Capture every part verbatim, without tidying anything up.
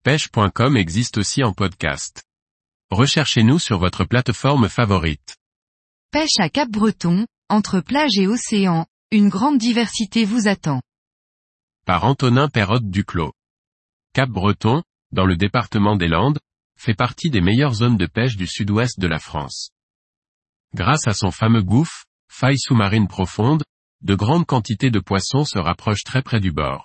pêche point com existe aussi en podcast. Recherchez-nous sur votre plateforme favorite. Pêche à Cap-Breton, entre plage et océan, une grande diversité vous attend. Par Antonin Perrotte Duclos. Cap-Breton, dans le département des Landes, fait partie des meilleures zones de pêche du sud-ouest de la France. Grâce à son fameux gouffre, faille sous-marine profonde, de grandes quantités de poissons se rapprochent très près du bord.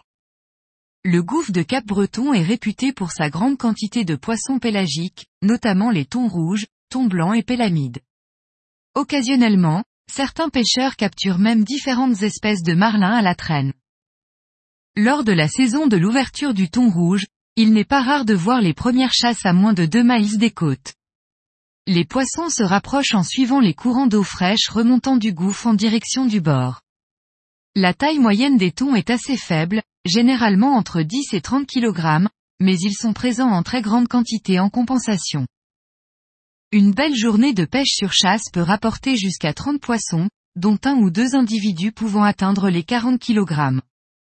Le gouffre de Cap-Breton est réputé pour sa grande quantité de poissons pélagiques, notamment les thons rouges, thons blancs et pélamides. Occasionnellement, certains pêcheurs capturent même différentes espèces de marlins à la traîne. Lors de la saison de l'ouverture du thon rouge, il n'est pas rare de voir les premières chasses à moins de deux miles des côtes. Les poissons se rapprochent en suivant les courants d'eau fraîche remontant du gouffre en direction du bord. La taille moyenne des thons est assez faible, généralement entre dix et trente kilogrammes, mais ils sont présents en très grande quantité en compensation. Une belle journée de pêche sur chasse peut rapporter jusqu'à trente poissons, dont un ou deux individus pouvant atteindre les quarante kilogrammes.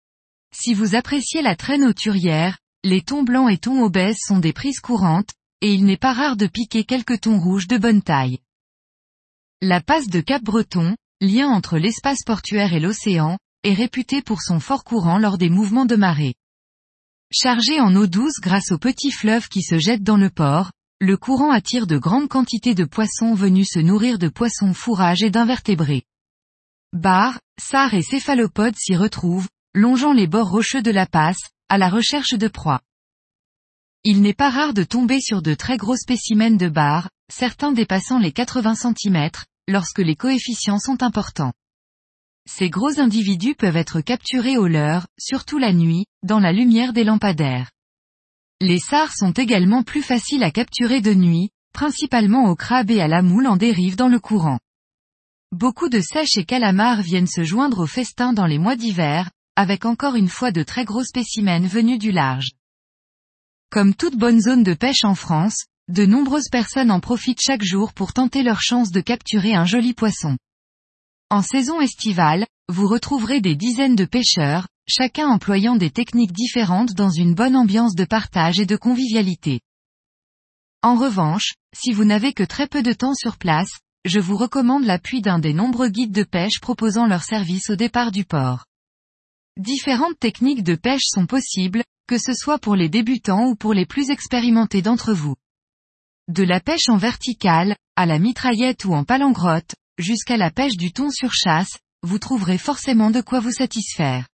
Si vous appréciez la traîne hauturière, les thons blancs et thons obèses sont des prises courantes, et il n'est pas rare de piquer quelques thons rouges de bonne taille. La passe de Cap-Breton, lien entre l'espace portuaire et l'océan, est réputée pour son fort courant lors des mouvements de marée. Chargé en eau douce grâce aux petits fleuves qui se jettent dans le port, le courant attire de grandes quantités de poissons venus se nourrir de poissons fourrages et d'invertébrés. Bars, sards et céphalopodes s'y retrouvent, longeant les bords rocheux de la passe, à la recherche de proies. Il n'est pas rare de tomber sur de très gros spécimens de bars, certains dépassant les quatre-vingts centimètres, lorsque les coefficients sont importants. Ces gros individus peuvent être capturés au leurre, surtout la nuit, dans la lumière des lampadaires. Les sards sont également plus faciles à capturer de nuit, principalement au crabe et à la moule en dérive dans le courant. Beaucoup de seiches et calamars viennent se joindre au festin dans les mois d'hiver, avec encore une fois de très gros spécimens venus du large. Comme toute bonne zone de pêche en France, de nombreuses personnes en profitent chaque jour pour tenter leur chance de capturer un joli poisson. En saison estivale, vous retrouverez des dizaines de pêcheurs, chacun employant des techniques différentes dans une bonne ambiance de partage et de convivialité. En revanche, si vous n'avez que très peu de temps sur place, je vous recommande l'appui d'un des nombreux guides de pêche proposant leur service au départ du port. Différentes techniques de pêche sont possibles, que ce soit pour les débutants ou pour les plus expérimentés d'entre vous. De la pêche en verticale, à la mitraillette ou en palangrotte, jusqu'à la pêche du thon sur chasse, vous trouverez forcément de quoi vous satisfaire.